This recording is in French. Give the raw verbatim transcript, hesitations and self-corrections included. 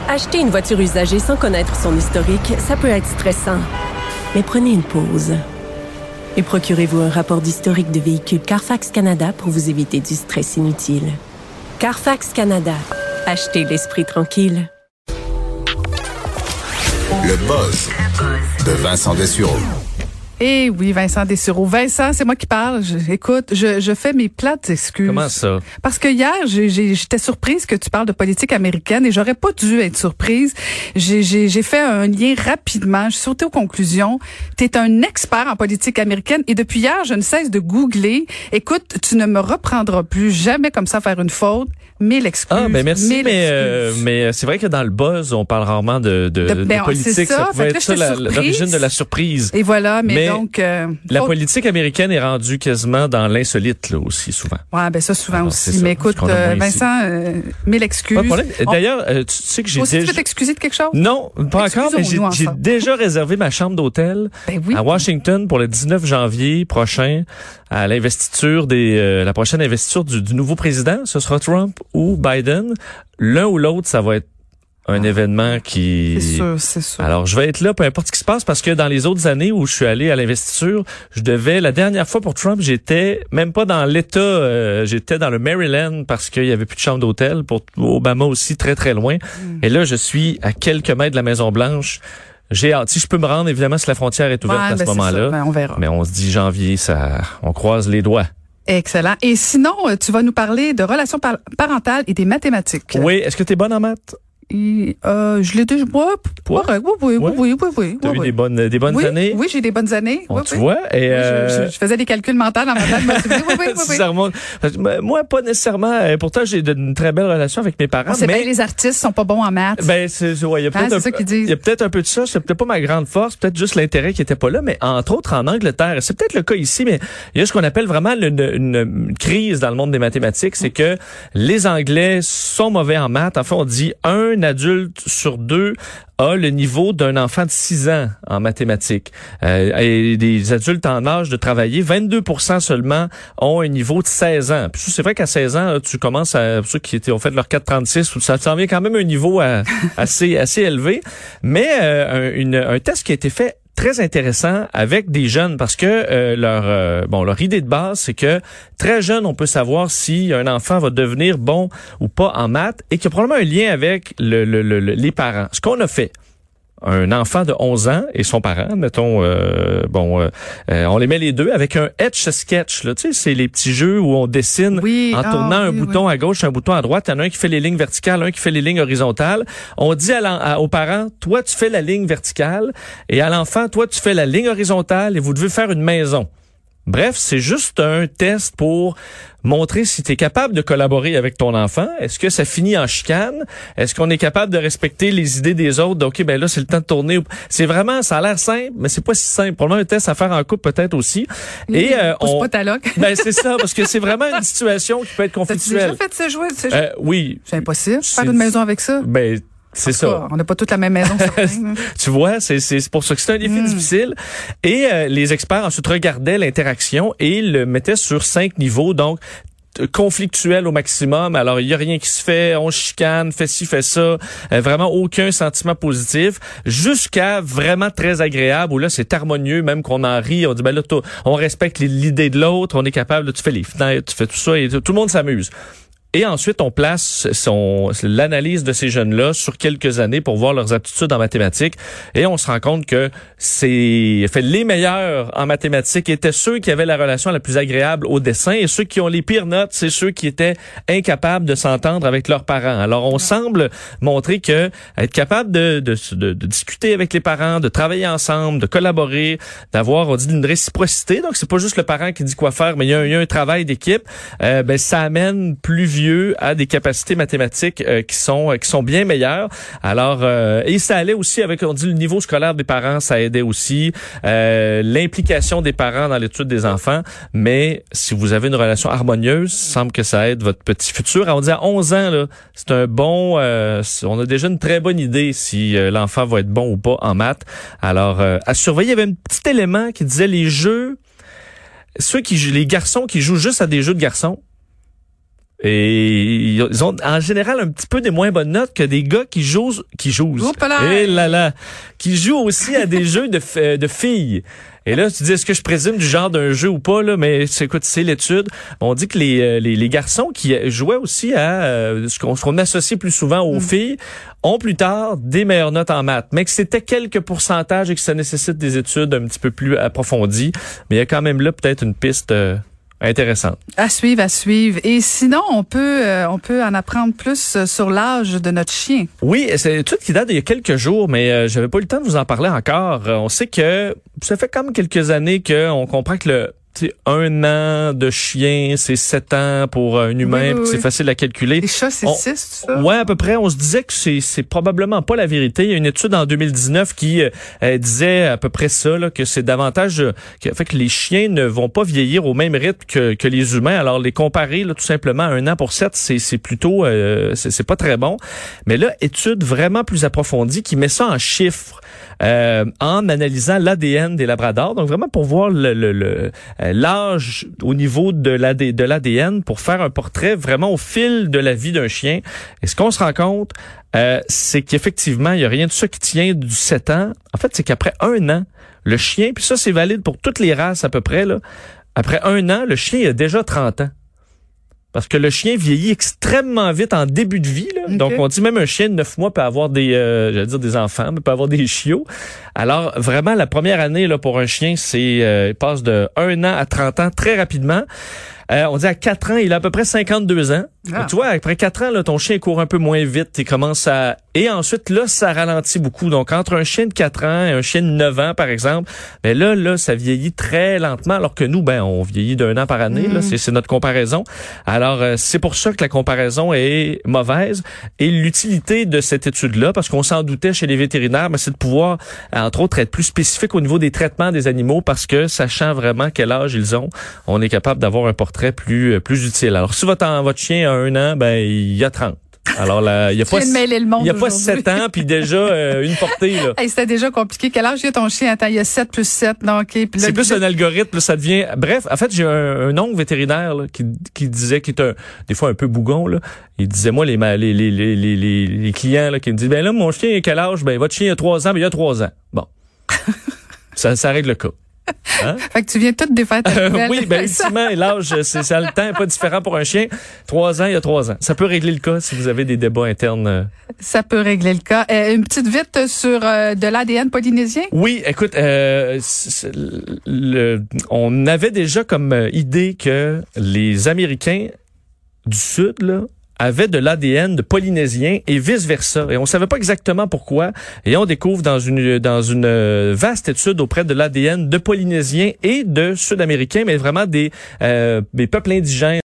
Acheter une voiture usagée sans connaître son historique, ça peut être stressant. Mais prenez une pause. Et procurez-vous un rapport d'historique de véhicule Carfax Canada pour vous éviter du stress inutile. Carfax Canada. Achetez l'esprit tranquille. Le buzz de Vincent Dessureau. Eh oui, Vincent Dessureau. Vincent, c'est moi qui parle. Je, écoute, je, je fais mes plates excuses. Comment ça? Parce que hier, j'ai, j'ai, j'étais surprise que tu parles de politique américaine et j'aurais pas dû être surprise. J'ai, j'ai, j'ai fait un lien rapidement. Je suis sautée aux conclusions. Tu es un expert en politique américaine et depuis hier, je ne cesse de googler. Écoute, tu ne me reprendras plus jamais comme ça faire une faute. Mille excuses. Ah, ben merci, mille mais, euh, mais c'est vrai que dans le buzz, on parle rarement de, de, de, de ben, politique. Ça, ça pouvait être ça la, l'origine de la surprise. Et voilà, mais, mais donc... Euh, la faut... politique américaine est rendue quasiment dans l'insolite, là, aussi, souvent. Ouais, ben ça, souvent Alors, aussi. Mais écoute, euh, Vincent, euh, mille excuses. Pas de problème. D'ailleurs, euh, tu sais que j'ai aussi, déjà... tu veux t'excuser de quelque chose? Non, pas encore, mais j'ai, j'ai déjà réservé ma chambre d'hôtel ben oui. à Washington pour le dix-neuf janvier prochain, à l'investiture des, euh, la prochaine investiture du, du nouveau président. Ce sera Trump ou Biden. L'un ou l'autre, ça va être un ah, événement qui... C'est sûr, c'est sûr. Alors, je vais être là, peu importe ce qui se passe, parce que dans les autres années où je suis allé à l'investiture, je devais... La dernière fois pour Trump, j'étais même pas dans l'État, euh, j'étais dans le Maryland parce qu'il y avait plus de chambre d'hôtel. Pour Obama aussi, très, très loin. Mm. Et là, je suis à quelques mètres de la Maison-Blanche. J'ai hâte. Si je peux me rendre, évidemment, si la frontière est ouverte ouais, à ben ce moment-là. Ben, on verra. Mais on se dit janvier, ça, on croise les doigts. Excellent. Et sinon, tu vas nous parler de relations par- parentales et des mathématiques. Oui. Est-ce que tu es bonne en maths? Et, euh, je l'ai déjà, ouais, ouais, ouais, oui, oui, oui, oui, oui, oui. T'as oui, eu oui. des bonnes, des bonnes oui, années? Oui, j'ai des bonnes années. Bon, oui, tu oui. vois, et oui, euh... je, je faisais des calculs mentaux dans ma tête. Oui, oui, oui, oui. Ça remonte. Moi, pas nécessairement. Pourtant, j'ai une très belle relation avec mes parents. On sait mais bien, les artistes sont pas bons en maths. Ben, c'est, ouais, il y a peut-être ah, un, ça qu'ils disent. il y a peut-être un peu de ça. C'est peut-être pas ma grande force, peut-être juste l'intérêt qui était pas là, mais entre autres en Angleterre, c'est peut-être le cas ici, mais il y a ce qu'on appelle vraiment une, une, une crise dans le monde des mathématiques, c'est que les Anglais sont mauvais en maths. Enfin, on dit un adulte sur deux a le niveau d'un enfant de six ans en mathématiques. Euh, et des adultes en âge de travailler, vingt-deux pour cent seulement ont un niveau de seize ans. Puis c'est vrai qu'à seize ans, tu commences à ceux qui étaient ont fait leur quatre trente-six, ça t'en vient quand même un niveau à, assez assez élevé. Mais euh, un, une, un test qui a été fait très intéressant avec des jeunes parce que euh, leur euh, bon leur idée de base c'est que très jeune on peut savoir si un enfant va devenir bon ou pas en maths et qu'il y a probablement un lien avec le, le, le, les parents. Ce qu'on a fait, un enfant de onze ans et son parent, mettons, euh, bon, euh, euh, on les met les deux avec un Etch-a-Sketch, là, tu sais, c'est les petits jeux où on dessine oui, en oh, tournant un oui, bouton oui. à gauche, un bouton à droite. Il y en a un qui fait les lignes verticales, un qui fait les lignes horizontales. On dit à à, aux parents, toi, tu fais la ligne verticale et à l'enfant, toi, tu fais la ligne horizontale et vous devez faire une maison. Bref, c'est juste un test pour montrer si tu es capable de collaborer avec ton enfant. Est-ce que ça finit en chicane? Est-ce qu'on est capable de respecter les idées des autres? OK, ben là, c'est le temps de tourner. C'est vraiment, ça a l'air simple, mais c'est pas si simple. Probablement un test à faire en couple peut-être aussi. Mmh, Et euh, on pas ta loque. Ben c'est ça, parce que c'est vraiment une situation qui peut être conflictuelle. T'as-tu déjà fait ce jeu? Ce jeu? Euh, oui. C'est impossible. Faire une maison avec ça. Ben c'est ça. Cas, on n'a pas toute la même maison. Certains, tu vois, c'est, c'est pour ça que c'est un défi mmh. difficile. Et euh, les experts ensuite regardaient l'interaction et le mettaient sur cinq niveaux. Donc, conflictuel au maximum. Alors, il y a rien qui se fait, on chicane, fait ci, fait ça. Euh, vraiment aucun sentiment positif. Jusqu'à vraiment très agréable où là, c'est harmonieux, même qu'on en rit. On dit, ben là, on respecte l'idée de l'autre, on est capable, là, tu fais les fenêtres, tu fais tout ça et tout, tout le monde s'amuse. Et ensuite, on place son, l'analyse de ces jeunes-là sur quelques années pour voir leurs aptitudes en mathématiques. Et on se rend compte que c'est, fait, les meilleurs en mathématiques étaient ceux qui avaient la relation la plus agréable au dessin et ceux qui ont les pires notes, c'est ceux qui étaient incapables de s'entendre avec leurs parents. Alors, on semble montrer que être capable de, de, de, de discuter avec les parents, de travailler ensemble, de collaborer, d'avoir, on dit, une réciprocité. Donc, c'est pas juste le parent qui dit quoi faire, mais il y a un, il y a un travail d'équipe. Euh, ben, ça amène plus vite à des capacités mathématiques euh, qui sont euh, qui sont bien meilleures. Alors euh, et ça allait aussi avec, on dit, le niveau scolaire des parents, ça aidait aussi euh, l'implication des parents dans l'étude des enfants. Mais si vous avez une relation harmonieuse, il semble que ça aide votre petit futur. On dit à onze ans là, c'est un bon, euh, on a déjà une très bonne idée si euh, l'enfant va être bon ou pas en maths. Alors euh, à surveiller. Il y avait un petit élément qui disait les jeux, ceux qui les garçons qui jouent juste à des jeux de garçons. Et ils ont en général un petit peu des moins bonnes notes que des gars qui jouent, qui jouent, et là là, qui jouent aussi à des jeux de, f- de filles. Et là, tu dis, est-ce que je présume du genre d'un jeu ou pas, là? Mais c'est, écoute, c'est l'étude. On dit que les, les, les garçons qui jouaient aussi à euh, ce, qu'on, ce qu'on associe plus souvent aux mmh. filles ont plus tard des meilleures notes en maths. Mais que c'était quelques pourcentages et que ça nécessite des études un petit peu plus approfondies. Mais il y a quand même là peut-être une piste euh, intéressante. À suivre, à suivre. Et sinon, on peut euh, on peut en apprendre plus sur l'âge de notre chien. Oui, c'est une étude qui date d'il y a quelques jours, mais euh, j'avais pas eu le temps de vous en parler encore. Euh, on sait que ça fait quand même quelques années qu'on comprend que le c'est un an de chien, c'est sept ans pour un humain, oui, oui, c'est oui. facile à calculer. Les chats, c'est six, c'est ça? Ouais, à peu près. On se disait que c'est, c'est probablement pas la vérité. Il y a une étude en deux mille dix-neuf qui euh, disait à peu près ça, là, que c'est davantage, euh, que, fait que les chiens ne vont pas vieillir au même rythme que, que les humains. Alors, les comparer, là, tout simplement, un an pour sept, c'est, c'est plutôt, euh, c'est, c'est pas très bon. Mais là, étude vraiment plus approfondie qui met ça en chiffres, euh, en analysant l'A D N des labradors. Donc, vraiment pour voir le, le, le l'âge au niveau de l'A D, de l'A D N pour faire un portrait vraiment au fil de la vie d'un chien. Et ce qu'on se rend compte, euh, c'est qu'effectivement, il n'y a rien de ça qui tient du sept ans. En fait, c'est qu'après un an, le chien, puis ça, c'est valide pour toutes les races à peu près, là. Après un an, le chien a déjà trente ans. Parce que le chien vieillit extrêmement vite en début de vie. Là. Okay. Donc, on dit même un chien de neuf mois peut avoir des, euh, j'allais dire des enfants, mais peut avoir des chiots. Alors, vraiment, la première année là pour un chien, c'est euh, il passe de un an à trente ans très rapidement. Euh, on dit à quatre ans, il a à peu près cinquante-deux ans. Ah. Tu vois, après quatre ans, là, ton chien court un peu moins vite. Il commence à... Et ensuite, là, ça ralentit beaucoup. Donc, entre un chien de quatre ans et un chien de neuf ans, par exemple, ben là, là, ça vieillit très lentement, alors que nous, ben, on vieillit d'un an par année. Mmh. Là, c'est, c'est notre comparaison. Alors, euh, c'est pour ça que la comparaison est mauvaise. Et l'utilité de cette étude-là, parce qu'on s'en doutait chez les vétérinaires, ben, c'est de pouvoir, entre autres, être plus spécifique au niveau des traitements des animaux, parce que, sachant vraiment quel âge ils ont, on est capable d'avoir un portrait plus, plus utile. Alors, si votre, votre chien a un an, ben, il y a trente. Alors là, il y a pas il y a pas sept ans puis déjà euh, une portée là. Hey, c'était déjà compliqué. Quel âge il y a ton chien? Attends, il y a sept plus sept. Non, OK. Puis là, c'est plus là, un algorithme, là, ça devient bref, en fait, j'ai un, un oncle vétérinaire là, qui qui disait qu'il était un, des fois un peu bougon là. Il disait moi les les les les les, les clients là qui me disent ben là mon chien a quel âge? Ben votre chien a trois ans, ben il a trois ans. Bon. ça ça règle le cas. Hein? Fait que tu viens tout défaire ta euh, Oui, ben ultimement, l'âge, c'est, c'est, le temps n'est pas différent pour un chien. Trois ans, il y a trois ans. Ça peut régler le cas si vous avez des débats internes. Ça peut régler le cas. Euh, une petite vite sur euh, de l'A D N polynésien? Oui, écoute, euh, le, on avait déjà comme idée que les Américains du Sud, là, avait de l'A D N de polynésien et vice-versa. Et on savait pas exactement pourquoi. Et on découvre dans une dans une vaste étude auprès de l'A D N de polynésiens et de Sud-Américains, mais vraiment des, euh, des peuples indigènes.